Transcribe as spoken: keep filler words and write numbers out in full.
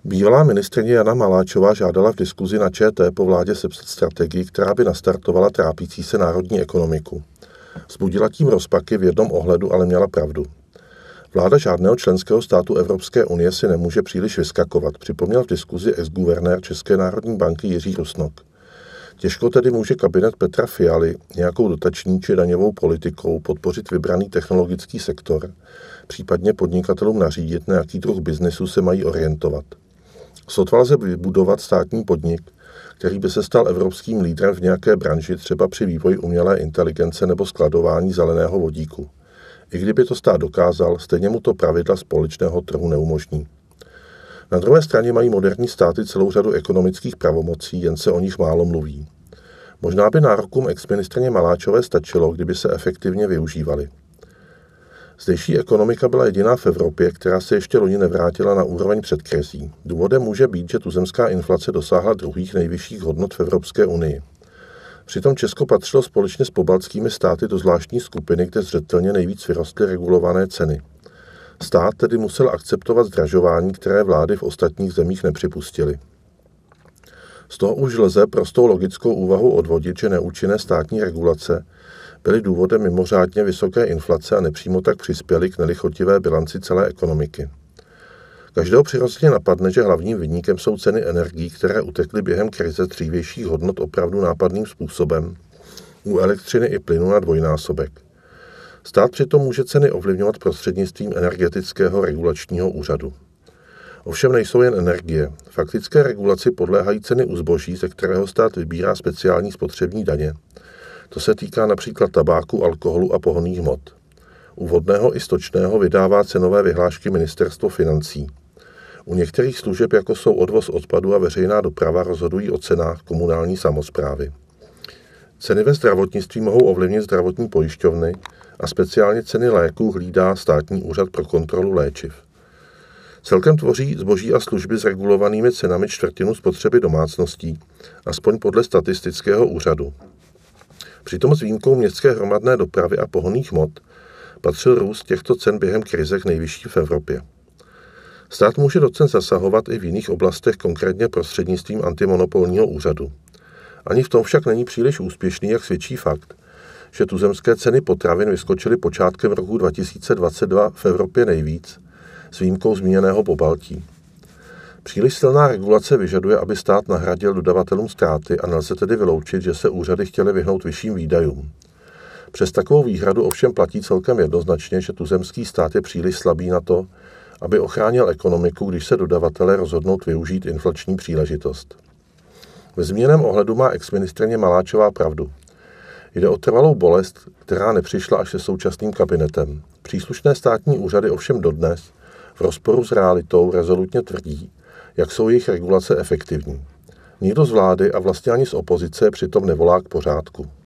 Bývalá ministryně Jana Maláčová žádala v diskuzi na ČT po vládě sepsat strategii, která by nastartovala trápící se národní ekonomiku. Vzbudila tím rozpaky v jednom ohledu, ale měla pravdu. Vláda žádného členského státu Evropské unie si nemůže příliš vyskakovat, připomněl v diskuzi exguvernér České národní banky Jiří Rusnok. Těžko tedy může kabinet Petra Fialy nějakou dotační či daňovou politikou podpořit vybraný technologický sektor, případně podnikatelům nařídit, na jaký druh biznesu se mají orientovat. Sotva lze vybudovat státní podnik, který by se stal evropským lídrem v nějaké branži, třeba při vývoji umělé inteligence nebo skladování zeleného vodíku. I kdyby to stát dokázal, stejně mu to pravidla společného trhu neumožní. Na druhé straně mají moderní státy celou řadu ekonomických pravomocí, jen se o nich málo mluví. Možná by nárokům exministryně Maláčové stačilo, kdyby se efektivně využívaly. Zdejší ekonomika byla jediná v Evropě, která se ještě loni nevrátila na úroveň před krizí. Důvodem může být, že tuzemská inflace dosáhla druhých nejvyšších hodnot v Evropské unii. Přitom Česko patřilo společně s pobaltskými státy do zvláštní skupiny, kde zřetelně nejvíc vyrostly regulované ceny. Stát tedy musel akceptovat zdražování, které vlády v ostatních zemích nepřipustily. Z toho už lze prostou logickou úvahu odvodit, že neúčinné státní regulace byly důvodem mimořádně vysoké inflace a nepřímo tak přispěly k nelichotivé bilanci celé ekonomiky. Každého přirozeně napadne, že hlavním viníkem jsou ceny energií, které utekly během krize z dřívějších hodnot opravdu nápadným způsobem, u elektřiny i plynu na dvojnásobek. Stát přitom může ceny ovlivňovat prostřednictvím energetického regulačního úřadu. Ovšem nejsou jen energie. Faktické regulaci podléhají ceny u zboží, ze kterého stát vybírá speciální spotřební daně. To se týká například tabáku, alkoholu a pohonných hmot. U vodného i stočného vydává cenové vyhlášky Ministerstvo financí. U některých služeb, jako jsou odvoz odpadu a veřejná doprava, rozhodují o cenách komunální samosprávy. Ceny ve zdravotnictví mohou ovlivnit zdravotní pojišťovny a speciálně ceny léků hlídá Státní úřad pro kontrolu léčiv. Celkem tvoří zboží a služby s regulovanými cenami čtvrtinu spotřeby domácností, aspoň podle statistického úřadu. Přitom s výjimkou městské hromadné dopravy a pohonných hmot patřil růst těchto cen během krize k nejvyšší v Evropě. Stát může do cen zasahovat i v jiných oblastech, konkrétně prostřednictvím antimonopolního úřadu. Ani v tom však není příliš úspěšný, jak svědčí fakt, že tuzemské ceny potravin vyskočily počátkem roku dva tisíce dvacet dva v Evropě nejvíc, s výjimkou zmíněného Pobaltí. Příliš silná regulace vyžaduje, aby stát nahradil dodavatelům ztráty a nelze tedy vyloučit, že se úřady chtěly vyhnout vyšším výdajům. Přes takovou výhradu ovšem platí celkem jednoznačně, že tuzemský stát je příliš slabý na to, aby ochránil ekonomiku, když se dodavatelé rozhodnou využít inflační příležitost. Ve zmíněném ohledu má exministryně Maláčová pravdu. Jde o trvalou bolest, která nepřišla až se současným kabinetem. Příslušné státní úřady ovšem dodnes, v rozporu s realitou, rezolutně tvrdí, jak jsou jejich regulace efektivní. Nikdo z vlády a vlastně ani z opozice přitom nevolá k pořádku.